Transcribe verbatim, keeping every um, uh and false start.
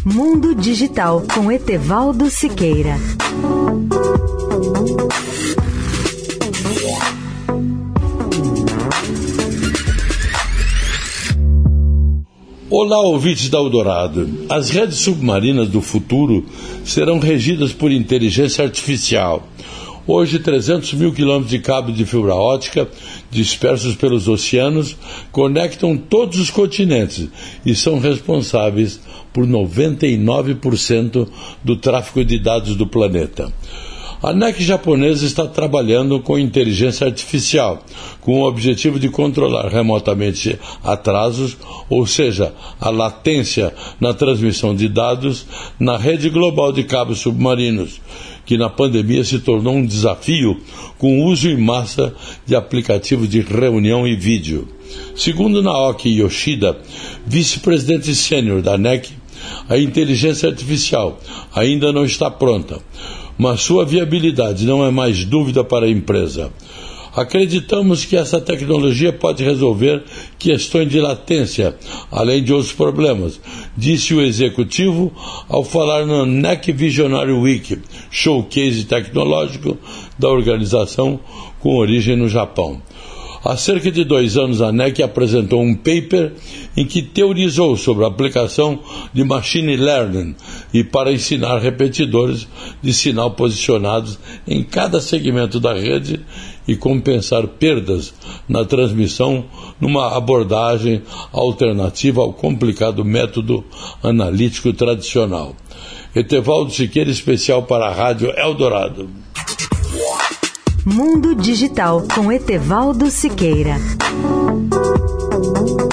Mundo Digital com Etevaldo Siqueira. Olá, ouvintes da Eldorado. As redes submarinas do futuro serão regidas por inteligência artificial. Hoje, trezentos mil quilômetros de cabo de fibra ótica dispersos pelos oceanos conectam todos os continentes e são responsáveis por noventa e nove por cento do tráfego de dados do planeta. A N E C japonesa está trabalhando com inteligência artificial, com o objetivo de controlar remotamente atrasos, ou seja, a latência na transmissão de dados na rede global de cabos submarinos, que na pandemia se tornou um desafio com o uso em massa de aplicativos de reunião e vídeo. Segundo Naoki Yoshida, vice-presidente sênior da N E C, a inteligência artificial ainda não está pronta, mas sua viabilidade não é mais dúvida para a empresa. Acreditamos que essa tecnologia pode resolver questões de latência, além de outros problemas, disse o executivo ao falar no N E C Visionary Week, showcase tecnológico da organização com origem no Japão. Há cerca de dois anos, a N E C apresentou um paper em que teorizou sobre a aplicação de machine learning e para ensinar repetidores de sinal posicionados em cada segmento da rede e compensar perdas na transmissão numa abordagem alternativa ao complicado método analítico tradicional. Etevaldo Siqueira, especial para a Rádio Eldorado. Mundo Digital com Etevaldo Siqueira.